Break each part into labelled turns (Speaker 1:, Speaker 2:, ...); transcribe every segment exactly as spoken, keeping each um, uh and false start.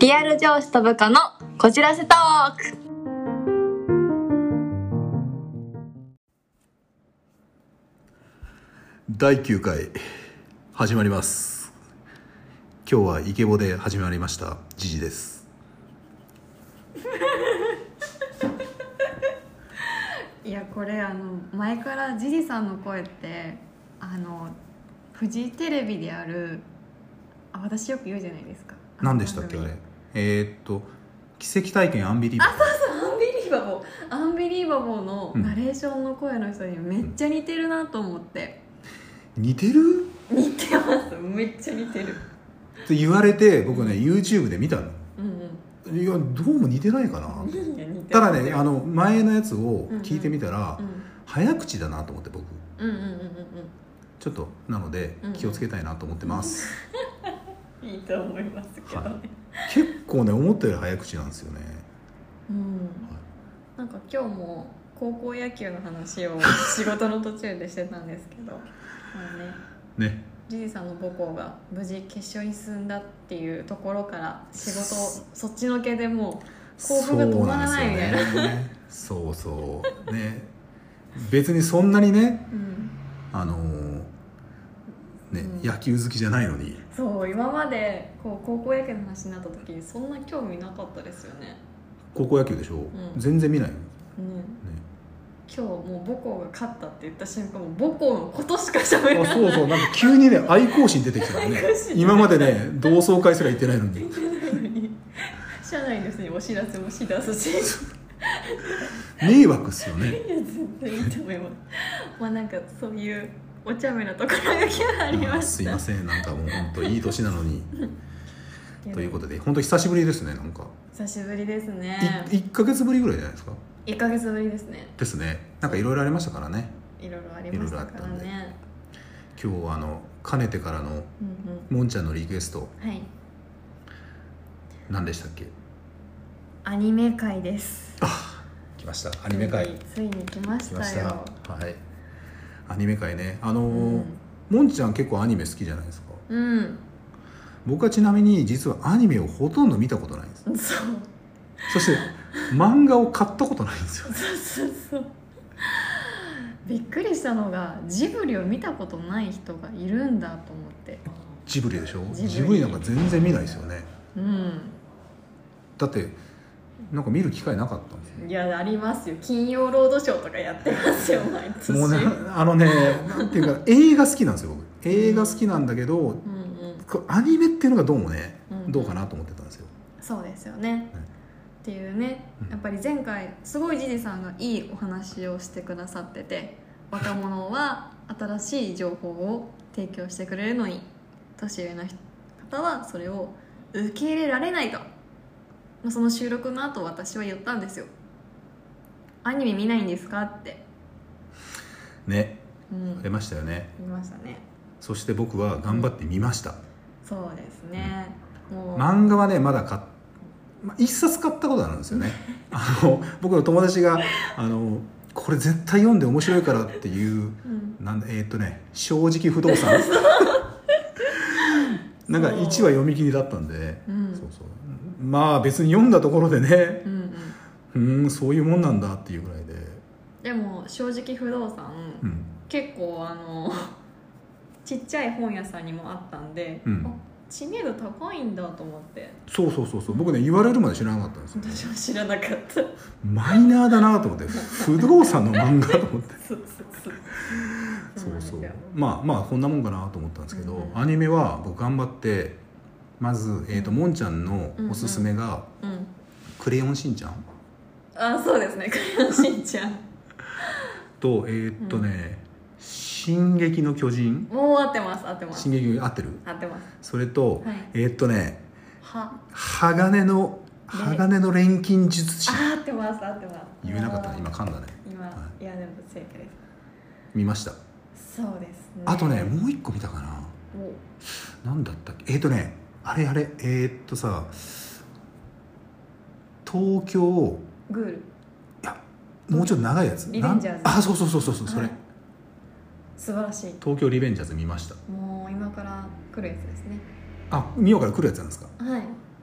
Speaker 1: リアル上司と部下のこじらせトーク。
Speaker 2: だいきゅうかい始まります。今日はイケボで始まりましたジジです。
Speaker 3: いやこれあの前からジジさんの声ってあのフジテレビであるあ私よく言うじゃないですか。
Speaker 2: 何でしたっけあれ。えー、っと奇跡体験アンビリーバボー。
Speaker 3: あそうそうアンビリーバボーアンビリーバボーのナレーションの声の人にめっちゃ似てるなと思って、
Speaker 2: うん、似てる？似
Speaker 3: てますめっちゃ似てる
Speaker 2: って言われて僕ね YouTube で見たの、
Speaker 3: うんうん、
Speaker 2: いやどうも似てないかなただねあの前のやつを聞いてみたら、うんうん、早口だなと思って僕、
Speaker 3: うんうんうんうん、
Speaker 2: ちょっとなので気をつけたいなと思ってます、
Speaker 3: うんうん、いいと思いますけどね、はい、
Speaker 2: 結構ね思ったより早口なんですよね、
Speaker 3: うんはい、なんか今日も高校野球の話を仕事の途中でしてたんですけどまあねねジジさんの母校が無事決勝に進んだっていうところから仕事そっちのけでもう興奮が止まらないみたいな
Speaker 2: そうそうね別にそんなにね、うん、あのね、うん、野球好きじゃないのに
Speaker 3: そう今までこう高校野球の話になった時にそんな興味なかったですよね。
Speaker 2: 高校野球でしょ、うん、全然見ないの、
Speaker 3: うんね、今日もう母校が勝ったって言った瞬間もう母校のことしか喋らない。あ
Speaker 2: そうそうなんか急にね愛校心出てきたからね今までね同窓会すら行ってないのに
Speaker 3: 社内の人にお知らせもしだすし
Speaker 2: 迷惑っすよね。
Speaker 3: いや全然いいと思いますまあなんかそういうお茶目なところが今日ありました。
Speaker 2: すいませんなんかもう本当いい年なのにということで本当久しぶりですね。なんか
Speaker 3: 久しぶりですね。
Speaker 2: いっかげつぶりぐらいじゃないですか。
Speaker 3: いっかげつぶりですね。
Speaker 2: ですね。なんかいろいろありましたからね。
Speaker 3: いろいろありましたからね。
Speaker 2: 今日はあのかねてからの、うんうん、もんちゃんのリクエスト、はい、何でしたっけ。
Speaker 3: アニメ界です。
Speaker 2: あ来ましたアニメ界
Speaker 3: ついに来ましたよ。
Speaker 2: はい、アニメ界ねあの、うん、もんちゃん結構アニメ好きじゃないですか。うん僕はちなみに実はアニメをほとんど見たことないんです。
Speaker 3: そう
Speaker 2: そして漫画を買ったことないんですよね。
Speaker 3: そうそうそうびっくりしたのがジブリを見たことない人がいるんだと思って。
Speaker 2: ジブリでしょ。ジブリ、ジブリなんか全然見ないですよね。うんだってなんか見る機会なかったんですよ。
Speaker 3: いやありますよ。金曜ロードショーとかやってますよ毎年。
Speaker 2: もうねあのねなんていうか映画好きなんですよ僕。映画好きなんだけど、うんうん、アニメっていうのがどうもね、うんうん、どうかなと思ってたんですよ。
Speaker 3: そうですよね、ねっていうねやっぱり前回すごいジジさんがいいお話をしてくださってて若者は新しい情報を提供してくれるのに年上の方はそれを受け入れられないと。その収録の後私は言ったんですよ。アニメ見ないんですかって
Speaker 2: ね、うん、出ましたよね。
Speaker 3: 見ましたね。
Speaker 2: そして僕は頑張って見ました、うん、
Speaker 3: そうですね、
Speaker 2: うん、もう漫画はねまだ買っまあ、一冊買ったことあるんですよねあの僕の友達があのこれ絶対読んで面白いからっていう、うん、なんえー、っとね正直不動産なんかいちわ読み切りだったんで、うん、そうそうまあ別に読んだところでね、うん、うん、そういうもんなんだっていうぐらいで。
Speaker 3: でも正直不動産、うん、結構あのちっちゃい本屋さんにもあったんで、うん、知名度高いんだと思って。そう
Speaker 2: そうそうそう僕ね言われるまで知らなかったんですよ。
Speaker 3: 私も知らなかった
Speaker 2: マイナーだなと思って不動産の漫画と思ってそうそうそうそうそうまあまあこんなもんかなと思ったんですけど、うんうん、アニメは僕頑張ってまず、えーと、もんちゃんのおすすめが、うんうん、クレヨンしんちゃん。
Speaker 3: あそうですねクレヨンしんちゃん
Speaker 2: とえー、っとね、うん進撃の巨人。
Speaker 3: もう合ってます合ってます。
Speaker 2: 進撃合ってる
Speaker 3: 合ってます。
Speaker 2: それと、はい、えー、っとねは鋼の鋼の錬金術師。
Speaker 3: 合ってます合ってます。
Speaker 2: 言えなかったね今噛んだね
Speaker 3: 今、はい、いやでも正解です。
Speaker 2: 見ました。
Speaker 3: そうですね。
Speaker 2: あとねもう一個見たかな。なんだったっけ。えー、っとねあれあれえー、っとさ東京
Speaker 3: グール。い
Speaker 2: やもうちょっと長いやつ。
Speaker 3: リベンジャーズ。
Speaker 2: あそうそうそうそうそう、はい、それ
Speaker 3: 素晴らしい。
Speaker 2: 東京リベンジャーズ見ました。
Speaker 3: もう今から来るやつですね。
Speaker 2: あ、見ようから来るやつなんですか。
Speaker 3: はい。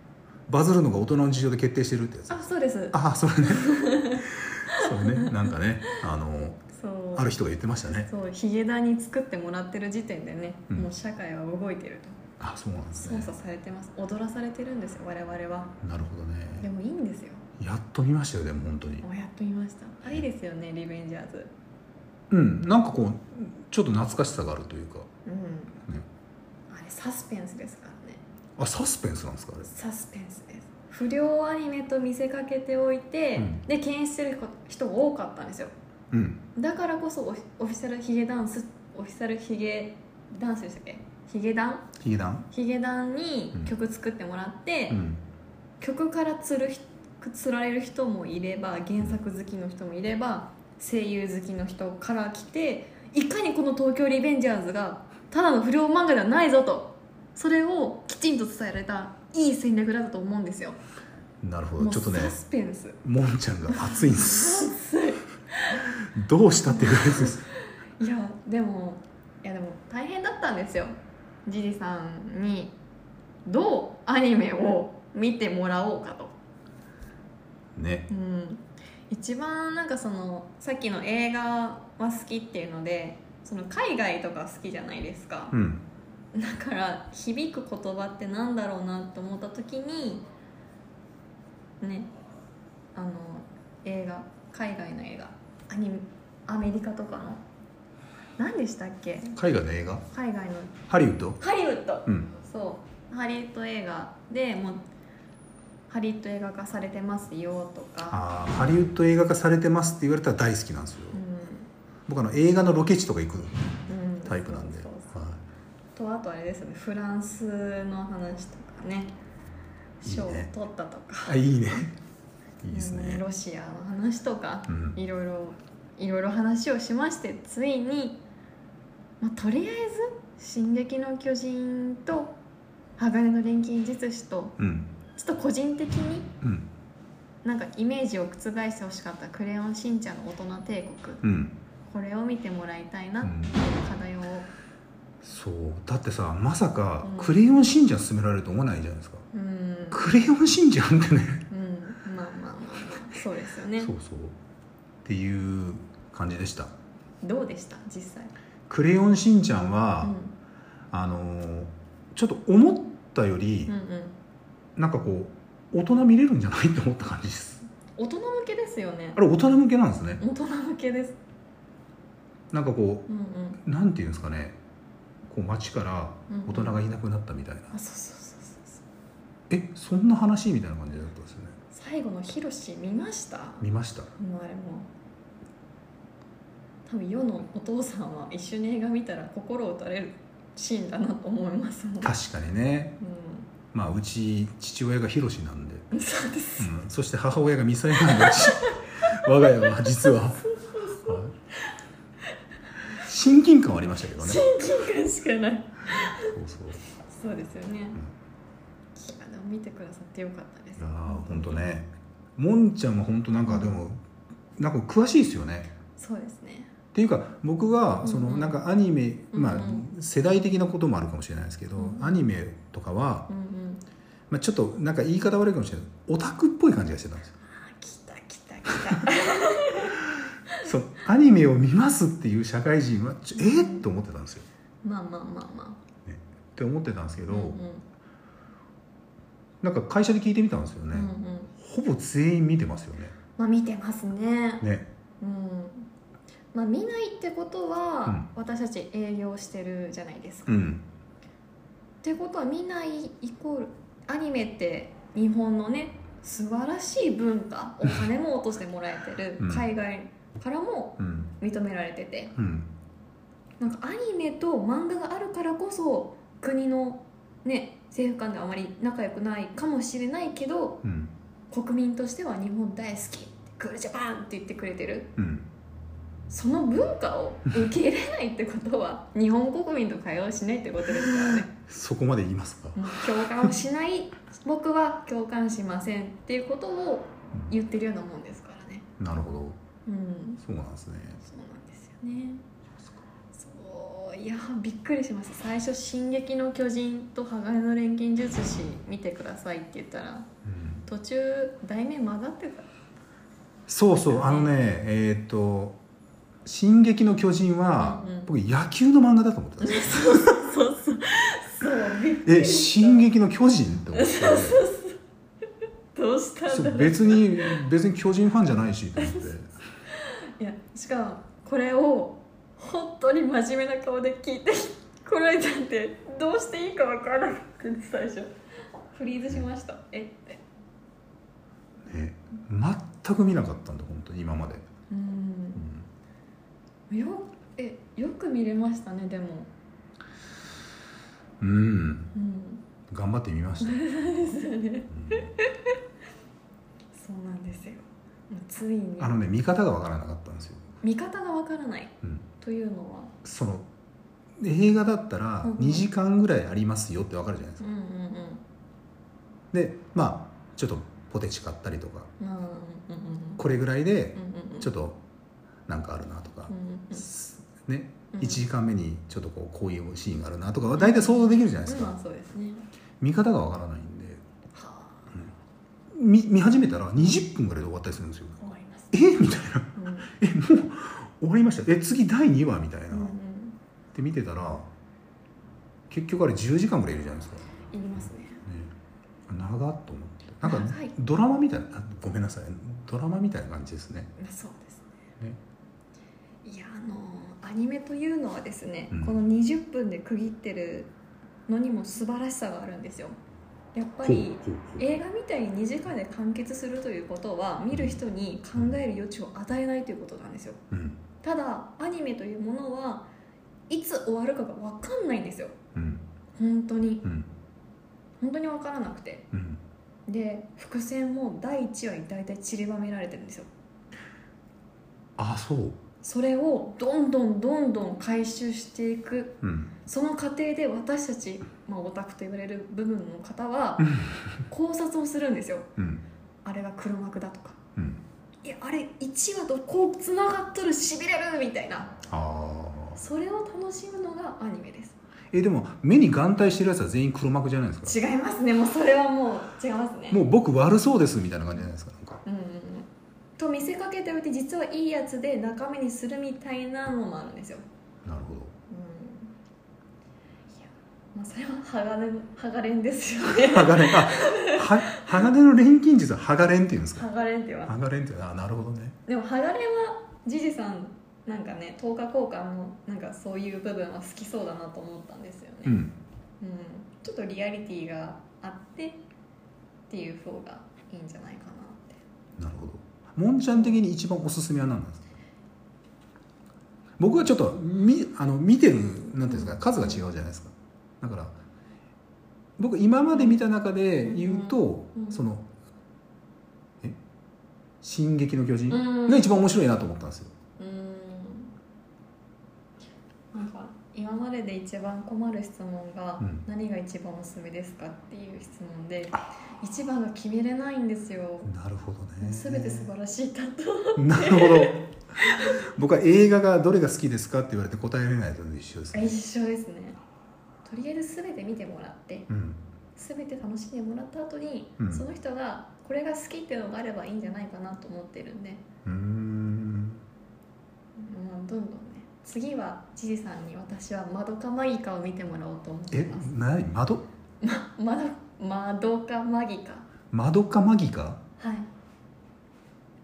Speaker 2: バズるのが大人の事情で決定してるってやつ。
Speaker 3: あ、そうです。
Speaker 2: あ、それねそれね、なんかね、あの
Speaker 3: そう
Speaker 2: ある人が言ってましたね。
Speaker 3: そう、ヒゲダンに作ってもらってる時点でね、
Speaker 2: うん
Speaker 3: もう社会は動いてると。
Speaker 2: あ、そうなんですね。
Speaker 3: 操作されてます。踊らされてるんですよ、我々は。
Speaker 2: なるほどね。
Speaker 3: でもいいんですよ。
Speaker 2: やっと見ましたよ、でも本当に。
Speaker 3: もうやっと見ました。あ、いいですよね、リベンジャーズ。
Speaker 2: うん、なんかこうちょっと懐かしさがあるというか、
Speaker 3: うん、
Speaker 2: ね、
Speaker 3: あれサスペンスですからね。
Speaker 2: あ、サスペンスなんですかあれ。
Speaker 3: サスペンスです。不良アニメと見せかけておいて、
Speaker 2: うん、
Speaker 3: で検出してる人が多かったんですよ。
Speaker 2: うん、
Speaker 3: だからこそオフオフィシャルヒゲダンスオフィシャルヒゲダンスでしたっけ、ヒゲダン
Speaker 2: ヒゲダン、
Speaker 3: ヒゲダンに曲作ってもらって、
Speaker 2: うん、
Speaker 3: 曲から釣る釣られる人もいれば、原作好きの人もいれば、声優好きの人から来て、いかにこの東京リベンジャーズがただの不良漫画ではないぞと、それをきちんと伝えられたいい戦略だったと思うんですよ。
Speaker 2: なるほど。ちょっとね、
Speaker 3: サスペンス、
Speaker 2: もんちゃんが熱いんです
Speaker 3: 熱い
Speaker 2: どうしたっていうやつです。
Speaker 3: いやでもいやでも大変だったんですよ、ジジさんにどうアニメを見てもらおうかと
Speaker 2: ね、
Speaker 3: うん、一番なんかそのさっきの映画は好きっていうので、その海外とか好きじゃないですか、
Speaker 2: うん、
Speaker 3: だから響く言葉ってなんだろうなと思った時にね、あの映画、海外の映画、アニメ、アメリカとかの何でしたっけ、
Speaker 2: 海外の映画、
Speaker 3: 海外の
Speaker 2: ハリウッド、
Speaker 3: ハリウッド、
Speaker 2: うん、
Speaker 3: そうハリウッド映画でもうハリウッド映画化されてますよとか、
Speaker 2: あ、ハリウッド映画化されてますって言われたら大好きなんですよ、
Speaker 3: うん、
Speaker 2: 僕あの映画のロケ地とか行く
Speaker 3: うん、
Speaker 2: タイプなんで、
Speaker 3: そうそうそう、
Speaker 2: はい、
Speaker 3: とあとあれですよね、フランスの話とかね、賞を取ったとか、
Speaker 2: あ、いいねいいです
Speaker 3: うん
Speaker 2: ね。
Speaker 3: ロシアの話とか、
Speaker 2: うん、
Speaker 3: いろいろいろいろ話をしまして、ついに、まあ、とりあえず「進撃の巨人」と「鋼の錬金術師」と
Speaker 2: うん、
Speaker 3: ちょっと個人的に
Speaker 2: うん、
Speaker 3: なんかイメージを覆してほしかった「クレヨンしんちゃんの大人帝国」、
Speaker 2: うん、
Speaker 3: これを見てもらいたいなっていう課題を、
Speaker 2: そうだってさ、まさか
Speaker 3: うん
Speaker 2: クレヨンしんちゃん勧められると思わないじゃないですか、
Speaker 3: うん、
Speaker 2: クレヨンしんちゃんってね
Speaker 3: うん、まあまあまあまあそうですよね。
Speaker 2: そうそうっていう感じでした。
Speaker 3: どうでした実際？
Speaker 2: クレヨンしんちゃんは、
Speaker 3: うん
Speaker 2: あのーちょっと思ったより、
Speaker 3: うんうん、
Speaker 2: なんかこう大人見れるんじゃないって思った感じです。
Speaker 3: 大人向けですよね。
Speaker 2: あれ大人向けなんですね。
Speaker 3: 大人向けです。
Speaker 2: なんかこ
Speaker 3: うんうん、
Speaker 2: うなんていうんですかね、こう街から大人がいなくなったみたいな、
Speaker 3: あ、そうそうそうそうそう。
Speaker 2: え、そんな話みたいな感じだったんですよね。
Speaker 3: 最後のヒロシ見ました？
Speaker 2: 見ました。
Speaker 3: もうあれも多分世のお父さんは一緒に映画見たら心を打たれるシーンだなと思いますもん。
Speaker 2: 確かにね、
Speaker 3: う
Speaker 2: まあうち父親がヒロシなんで、
Speaker 3: ん、そうです、
Speaker 2: うん、そして母親がミサイなんでうち我が家は実は、はい、親近感はありましたけどね。
Speaker 3: 親近感しかない。
Speaker 2: そうそう、
Speaker 3: そうですよね、いやでも見てくださってよかったです。
Speaker 2: いやー本当ね、もんちゃんは本当なんかでも、なんか詳しいですよね。
Speaker 3: そうですね。
Speaker 2: っていうか僕はその
Speaker 3: うんうん
Speaker 2: なんかアニメ、まあ
Speaker 3: うんうん
Speaker 2: 世代的なこともあるかもしれないですけど、
Speaker 3: うんうん
Speaker 2: アニメとかは、
Speaker 3: うんうん、
Speaker 2: まあ、ちょっとなんか言い方悪いかもしれない、オタクっぽい感じがしてたんですよ。
Speaker 3: あ、来た来た来た
Speaker 2: そう、アニメを見ますっていう社会人はちょえー、って思ってたんですよ、
Speaker 3: まあまあまあまあ、
Speaker 2: ね、って思ってたんですけど、
Speaker 3: うんうん
Speaker 2: なんか会社で聞いてみたんですよね、
Speaker 3: うんうん、
Speaker 2: ほぼ全員見てますよね。
Speaker 3: まあ見てますね。
Speaker 2: ね、
Speaker 3: うん、まあ見ないってことは、
Speaker 2: うん
Speaker 3: 私たち営業してるじゃないですか、っ
Speaker 2: うん、
Speaker 3: てことは見ないイコールアニメって日本のね素晴らしい文化、お金も落としてもらえてる、
Speaker 2: うん
Speaker 3: 海外からも
Speaker 2: うん、
Speaker 3: 認められてて、
Speaker 2: うん、
Speaker 3: なんかアニメと漫画があるからこそ国のね政府間ではあまり仲良くないかもしれないけど、
Speaker 2: うん、
Speaker 3: 国民としては日本大好き、クールジャパンって言ってくれてる、
Speaker 2: うん、
Speaker 3: その文化を受け入れないってことは日本国民と会話をしないってことですからね。
Speaker 2: そこまで言いますか。
Speaker 3: 共感をしない僕は共感しませんっていうことを言ってるようなもんですからね。
Speaker 2: なるほど、
Speaker 3: うん、
Speaker 2: そうなんですね。
Speaker 3: そうなんですよね。そういやびっくりしました。最初「進撃の巨人」と「鋼の錬金術師」見てくださいって言ったら、うん、途中題名混ざってた。
Speaker 2: そうそう、あのねえっ、ー、と「進撃の巨人は」うんうん、僕野球の漫画だと思ってたんですよ。
Speaker 3: そうそうそうそう
Speaker 2: え、進撃の巨人って思って
Speaker 3: そうそうそうどうしたんだろう。
Speaker 2: 別に別に巨人ファンじゃないしと思って
Speaker 3: いやしかもこれを本当に真面目な顔で聞いてこられちゃってどうしていいか分からなくて最初フリーズしました。えって
Speaker 2: ね、全く見なかったんだ本当に今まで。うん、
Speaker 3: うん、よえよく見れましたね。でも
Speaker 2: うん、うん、頑張ってみました。
Speaker 3: ですよね、うん、そうなんですよ。ついに
Speaker 2: あのね見方が分からなかったんですよ。
Speaker 3: 見方が分からない、うん、というのは
Speaker 2: その映画だったらにじかんぐらいありますよって分かるじゃないですか、うんうんうん、でまあちょっとポテチ買ったりとか、うんうんうん、これぐらいでちょっとなんかあるなとか、うんうんね、いちじかんめにちょっとこうこういうシーンがあるなとか大体想像できるじゃないですか、うんうん、そうですね、見方が分からないんで、はあうん、見, 見始めたらにじゅっぷんぐらいで終わったりするんですよ。終わります、えみたいな、うん、えもう終わりました、え次だいにわみたいな、うんうん、って見てたら結局あれじゅうじかんぐらいいるじゃないですか。
Speaker 3: いりますね。ね、
Speaker 2: 長っと思ってなんかドラマみたいな、ごめんなさいドラマみたいな感じですね。
Speaker 3: そうですね。ね、いやあのアニメというのはですね、うん、このにじゅっぷんで区切ってるのにも素晴らしさがあるんですよ。やっぱり映画みたいににじかんで完結するということは見る人に考える余地を与えないということなんですよ、うん、ただアニメというものはいつ終わるかが分かんないんですよ、うん、本当に、うん、本当に分からなくて、うん、で伏線もだいいちわに大体散りばめられてるんですよ。
Speaker 2: あ、そう
Speaker 3: それをどんどんどんどん回収していく、うん、その過程で私たち、まあ、オタクと言われる部分の方は考察をするんですよ、うん、あれが黒幕だとか、うん、いやあれいちわとこうつながっとるしびれるみたいな、あそれを楽しむのがアニメです。
Speaker 2: えでも目に眼帯してるやつは全員黒幕じゃないです
Speaker 3: か。違いますね。もうそれはもう違いますね。
Speaker 2: もう僕悪そうですみたいな感じじゃないですか。なんか、うんうん、
Speaker 3: と見せかけておいて実はいいやつで中身にするみたいなのもあるんですよ。
Speaker 2: なるほど、うん、
Speaker 3: いや、まあ、それは鋼鋼ですよね。
Speaker 2: 鋼あは鋼の錬金術は鋼っていうんですか。
Speaker 3: 鋼って言わ
Speaker 2: 鋼ってあなるほどね。
Speaker 3: でも鋼はジジさんなんかね等価交換もなんかそういう部分は好きそうだなと思ったんですよね、うんうん、ちょっとリアリティがあってっていう方がいいんじゃないかなって。
Speaker 2: なるほど。もんちゃん的に一番おすすめは何なんですか。僕はちょっとみあの見てるなんていうんですか、数が違うじゃないですか。だから僕今まで見た中で言うと、うんうん、そのえ進撃の巨人が一番面白いなと思ったんですよ。
Speaker 3: 今までで一番困る質問が、うん、何が一番おすすめですかっていう質問で一番が決めれないんですよ。
Speaker 2: なるほどね。
Speaker 3: 全て素晴らしいだと思って。
Speaker 2: なるほど。僕は映画がどれが好きですかって言われて答えられないと一緒ですね。
Speaker 3: 一緒ですね。とりあえず全て見てもらって、うん、全て楽しんでもらった後に、うん、その人がこれが好きっていうのがあればいいんじゃないかなと思ってるんで、うーん、まあ、どんどんね次はジジさんに私はマドカマギカを見てもらおうと思ってます。
Speaker 2: え、何？マド？
Speaker 3: ま、マドマドカマギカ。
Speaker 2: マドカマギカ？
Speaker 3: はい。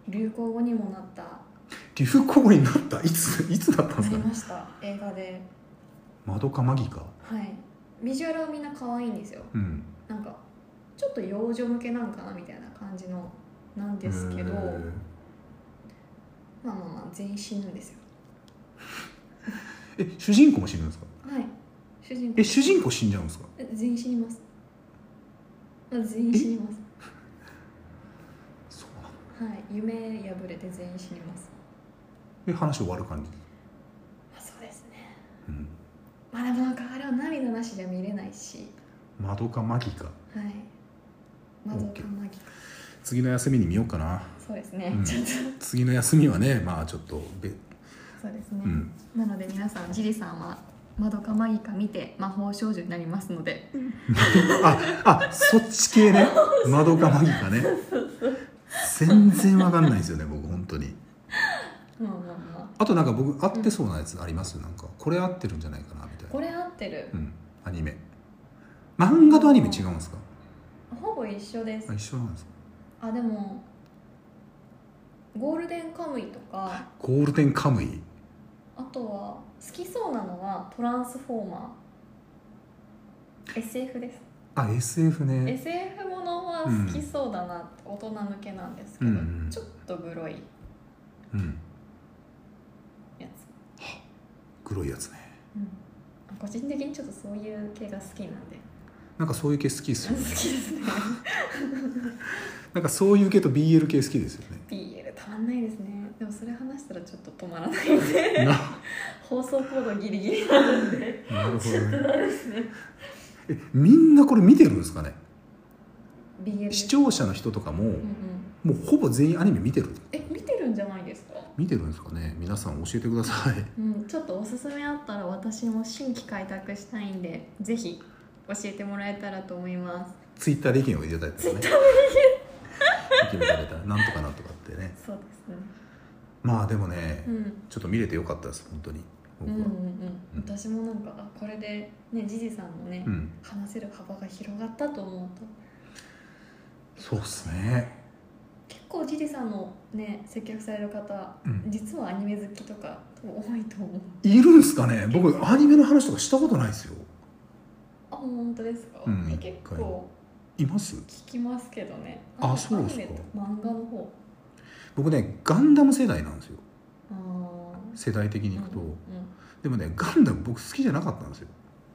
Speaker 3: 流行語にもなった。
Speaker 2: 流行語になった？いついつだったんですか？
Speaker 3: なりました映画で。
Speaker 2: マドカマギカ？
Speaker 3: はい。ビジュアルはみんな可愛いんですよ。うん。なんかちょっと幼女向けなんかなみたいな感じのなんですけど、まあまあまあ全員死ぬんですよ。
Speaker 2: え、主人公も死ぬんですか？
Speaker 3: はい。主人公。
Speaker 2: え、主人公死んじゃうんですか？
Speaker 3: 全員死にます。全員死にます。そうなの？はい。夢破れて全員死にます。
Speaker 2: え、話終わる感じ？
Speaker 3: あ、そうですね。うん。まあでもなんかあれは涙なしじゃ見れないし。
Speaker 2: マドカマギカ。
Speaker 3: はい。マドカマギカ。
Speaker 2: 次の休みに見ようかな。
Speaker 3: そうですね。
Speaker 2: うん、ちょっと次の休みはね、まあちょっとべ。
Speaker 3: そうですね、うん、なので皆さんジリさんはまどかマギカ見て魔法少女になりますので
Speaker 2: ああそっち系ねまどかマギカね全然わかんないですよね僕本当に。
Speaker 3: まあまあまあ
Speaker 2: あとなんか僕合ってそうなやつあります、うん、なんかこれ合ってるんじゃないかなみたいな。
Speaker 3: これ合ってる、
Speaker 2: うん、アニメ漫画とアニメ違うんですか？
Speaker 3: ほぼ一緒です。
Speaker 2: あ一緒なんですか？
Speaker 3: あでもゴールデンカムイとか
Speaker 2: ゴールデンカムイ、
Speaker 3: あとは好きそうなのはトランスフォーマー エスエフ です。
Speaker 2: あ エスエフ ね。
Speaker 3: エスエフ ものは好きそうだなって、うん、大人向けなんですけど、うん、ちょっとグロいやつ、
Speaker 2: はグロいやつね、
Speaker 3: うん、個人的にちょっとそういう系が好きなんで。
Speaker 2: なんかそういう系好きですよね。
Speaker 3: 好きですね
Speaker 2: なんかそういう系と ビーエル 系好きですよね。
Speaker 3: ビーエル たまんないですね。でもそれ話したらちょっと止まらないんで放送コードギリギリなんで
Speaker 2: なるほどね。
Speaker 3: ちょっとダメですね。
Speaker 2: えみんなこれ見てるんですかね？
Speaker 3: ビーエル
Speaker 2: 視聴者の人とかも、うんうん、もうほぼ全員アニメ見てる。
Speaker 3: え見てるんじゃないですか？
Speaker 2: 見てるんですかね。皆さん教えてください、
Speaker 3: うん、ちょっとおすすめあったら私も新規開拓したいんでぜひ教えてもらえたらと思います。
Speaker 2: ツイッターで意見を入れたりとかね。ツイッターで意見を入れたらなんとかなんとかってね。
Speaker 3: そうですね。
Speaker 2: まあでもね、
Speaker 3: うん、ち
Speaker 2: ょっと見れてよかったです本当に僕は。
Speaker 3: うんうんうんうん、私もなんかあこれでねジジさんのね、うん、話せる幅が広がったと思うと。
Speaker 2: そうですね。
Speaker 3: 結構ジジさんのね接客される方、うん、実はアニメ好きとか多いと思う。
Speaker 2: いるんですかね。僕アニメの話とかしたことないですよ。
Speaker 3: あ本当ですか？うん、結構
Speaker 2: います
Speaker 3: 聞きますけどね。
Speaker 2: あそうですか。
Speaker 3: 漫画の方
Speaker 2: 僕ねガンダム世代なんですよ。
Speaker 3: あ
Speaker 2: 世代的にいくと、うんうん、でもねガンダム僕好きじゃなかったんですよ。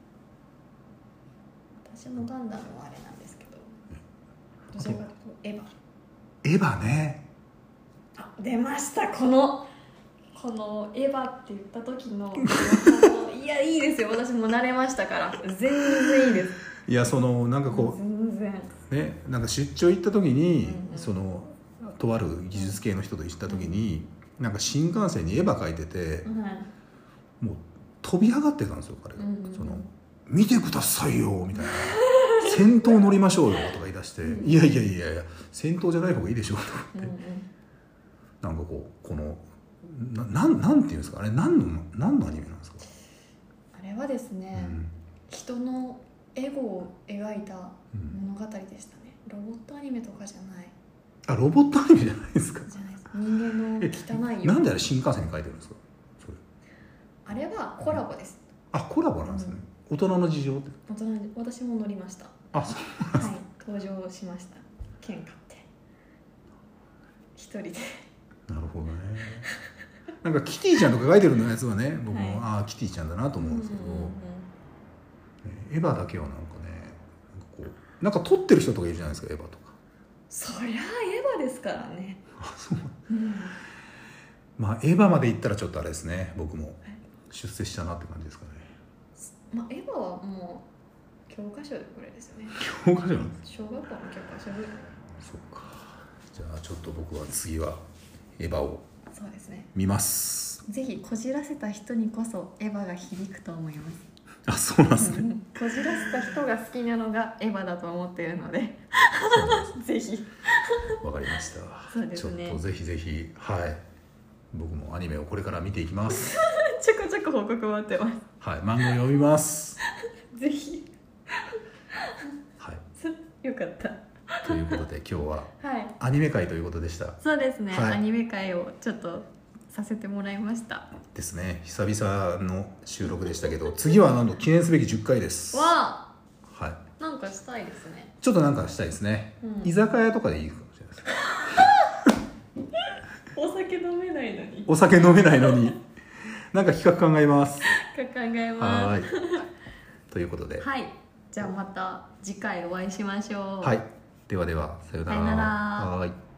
Speaker 3: 私もガンダムはあれなんですけど、どちらかというとエヴァ
Speaker 2: エヴァね。
Speaker 3: あ出ましたこのこのエヴァって言った時のいやいいですよ。私も慣れましたから全然いいです。
Speaker 2: いやそのなんかこう
Speaker 3: 全然ね
Speaker 2: なんか出張行った時に、うんうん、そのとある技術系の人と行った時に、うん、なんか新幹線にエヴァ書いてて、うん、もう飛び上がってたんですよ彼が、うんうん、その見てくださいよみたいな戦闘乗りましょうよとか言い出して、うん、いやいやいやいや戦闘じゃない方がいいでしょと思って、うんうん、なんかこうこのな な, なんていうんですかあれ何の何のアニメなんですか？
Speaker 3: あれはですね、うん、人のエゴを描いた物語でしたね、うん、ロボットアニメとかじゃない。
Speaker 2: あロボットアニメじゃないですか？
Speaker 3: じゃないです。人間の汚い
Speaker 2: よ。なんであれ新幹線に書いてるんですか？それ
Speaker 3: あれはコラボです。
Speaker 2: あコラボなんですね、うん、大人の事情って。
Speaker 3: 大人の私も乗りました。
Speaker 2: あそうなんですか、はい、
Speaker 3: 登場しました。券買って一人で。
Speaker 2: なるほどね。なんかキティちゃんとか書いてるのやつはね僕も、はい、ああキティちゃんだなと思うんですけど、うんうんうん、エヴァだけはなんかねなんかこうなんか撮ってる人とかいるじゃないですかエヴァとか。
Speaker 3: そりゃエヴァですからね。
Speaker 2: あそう、
Speaker 3: うん、
Speaker 2: まあエヴァまで行ったらちょっとあれですね僕も出世したなって感じですかね。
Speaker 3: まあエヴァはもう教科書ぐらいですよね。
Speaker 2: 教科書なんです。
Speaker 3: 小学校の教科書ぐらい。
Speaker 2: そうか。じゃあちょっと僕は次はエヴァを
Speaker 3: そうですね
Speaker 2: 見ます。
Speaker 3: ぜひこじらせた人にこそエヴァが響くと思います。
Speaker 2: あそうなんですね
Speaker 3: こじらせた人が好きなのがエヴァだと思っているのでぜひ
Speaker 2: わかりました。
Speaker 3: そうですね、
Speaker 2: ちょっとぜひぜひはい僕もアニメをこれから見ていきます
Speaker 3: ちょこちょこ報告待ってます。
Speaker 2: はい漫画読みます
Speaker 3: ぜひ
Speaker 2: はい
Speaker 3: よかった
Speaker 2: ということで今日は
Speaker 3: はい
Speaker 2: アニメ会ということでした。
Speaker 3: そうですね、
Speaker 2: はい、
Speaker 3: アニメ会をちょっとさせてもらいました
Speaker 2: ですね。久々の収録でしたけど次はなんと記念すべきじゅっかいです。
Speaker 3: わあ
Speaker 2: はい
Speaker 3: なんかしたいですね。
Speaker 2: ちょっとなんかしたいですね、うん、居酒屋とかでいいかもしれないです
Speaker 3: お酒飲めないのに
Speaker 2: お酒飲めないのになんか企画考えます
Speaker 3: 考えます
Speaker 2: はいということで
Speaker 3: はいじゃあまた次回お会いしましょう。
Speaker 2: はいではではさようなら。
Speaker 3: さよなら。
Speaker 2: はい。